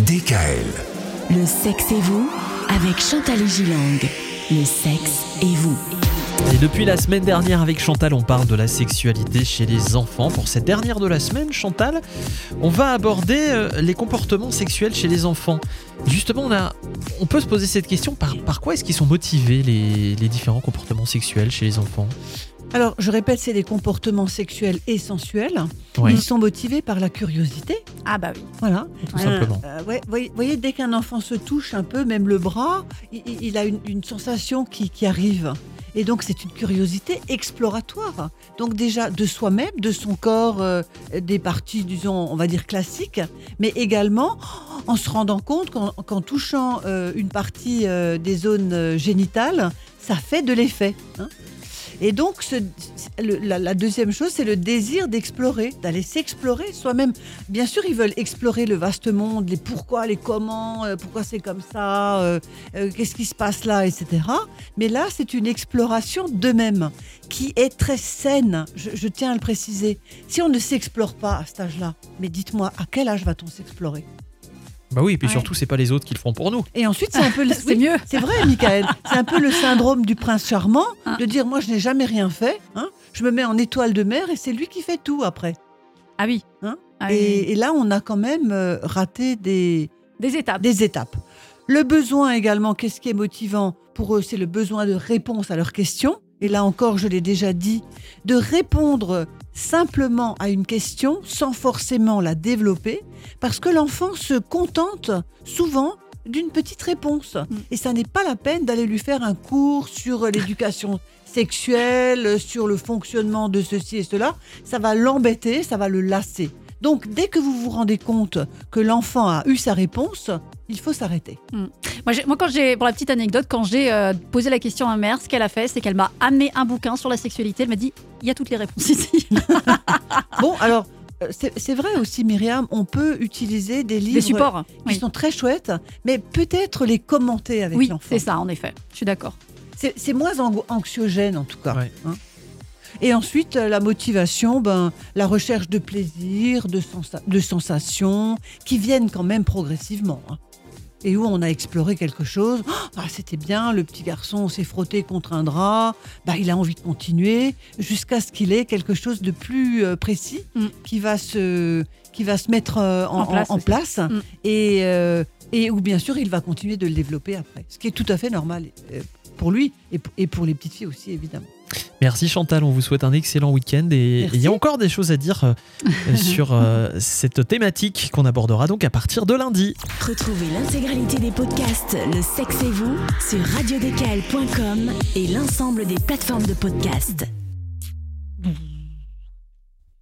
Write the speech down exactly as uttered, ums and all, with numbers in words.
D K L. Le sexe et vous avec Chantal et Gilang. Le sexe et vous. Et depuis la semaine dernière avec Chantal, on parle de la sexualité chez les enfants. Pour cette dernière de la semaine, Chantal, on va aborder les comportements sexuels chez les enfants. Justement, on, a, on peut se poser cette question, par, par quoi est-ce qu'ils sont motivés les, les différents comportements sexuels chez les enfants ? Alors, je répète, c'est des comportements sexuels et sensuels. Ouais. Ils sont motivés par la curiosité. Ah bah oui. Voilà. Tout simplement. Euh, ouais, voyez, voyez, dès qu'un enfant se touche un peu, même le bras, il, il a une, une sensation qui, qui arrive. Et donc, c'est une curiosité exploratoire. Donc déjà, de soi-même, de son corps, euh, des parties, disons, on va dire classiques, mais également en se rendant compte qu'en, qu'en touchant euh, une partie euh, des zones euh, génitales, ça fait de l'effet. Hein. Et donc, ce, le, la, la deuxième chose, c'est le désir d'explorer, d'aller s'explorer soi-même. Bien sûr, ils veulent explorer le vaste monde, les pourquoi, les comment, euh, pourquoi c'est comme ça, euh, euh, qu'est-ce qui se passe là, et cetera. Mais là, c'est une exploration d'eux-mêmes qui est très saine, je, je tiens à le préciser. Si on ne s'explore pas à cet âge-là, mais dites-moi, à quel âge va-t-on s'explorer ? Bah oui, et puis Ouais. surtout, c'est pas les autres qui le feront pour nous. Et ensuite, c'est un peu le... C'est mieux. C'est vrai, Michael. C'est un peu le syndrome du prince charmant, Ah. de dire, moi, je n'ai jamais rien fait. Hein, je me mets en étoile de mer et c'est lui qui fait tout après. Ah oui. Hein Ah oui. et, et là, on a quand même euh, raté des, Des étapes. des étapes. Le besoin également, qu'est-ce qui est motivant pour eux ? C'est le besoin de réponse à leurs questions. Et là encore, je l'ai déjà dit, de répondre simplement à une question sans forcément la développer, parce que l'enfant se contente souvent d'une petite réponse. Mm. Et ça n'est pas la peine d'aller lui faire un cours sur l'éducation sexuelle, sur le fonctionnement de ceci et cela. Ça va l'embêter, ça va le lasser. Donc, dès que vous vous rendez compte que l'enfant a eu sa réponse, il faut s'arrêter. Moi, j'ai- moi, quand j'ai, pour la petite anecdote, quand j'ai euh, posé la question à ma mère, ce qu'elle a fait, c'est qu'elle m'a amené un bouquin sur la sexualité. Elle m'a dit, il y a toutes les réponses ici. Bon, alors, euh, c'est, c'est vrai aussi, Myriam, on peut utiliser des livres Des supports. qui Oui, sont très chouettes, mais peut-être les commenter avec oui l'enfant. c'est ça, en effet. Je suis d'accord. C'est, c'est moins ang- anxiogène, en tout cas. Ouais. hein. Et ensuite, euh, la motivation, ben, la recherche de plaisir, de, sensa- de sensations, qui viennent quand même progressivement. hein. Et où on a exploré quelque chose. Oh, ah, c'était bien, le petit garçon s'est frotté contre un drap. Bah, il a envie de continuer jusqu'à ce qu'il ait quelque chose de plus euh, précis Mm. qui, va se, qui va se mettre euh, en, En place en- en aussi. place. Mm. Et, euh, et où, bien sûr, il va continuer de le développer après. Ce qui est tout à fait normal euh, pour lui et, p- et pour les petites filles aussi, évidemment. Merci Chantal, on vous souhaite un excellent week-end. Et Merci. il y a encore des choses à dire euh, sur euh, cette thématique qu'on abordera donc à partir de lundi. Retrouvez l'intégralité des podcasts Le sexe et vous sur radio d k l point com et l'ensemble des plateformes de podcasts. Mmh.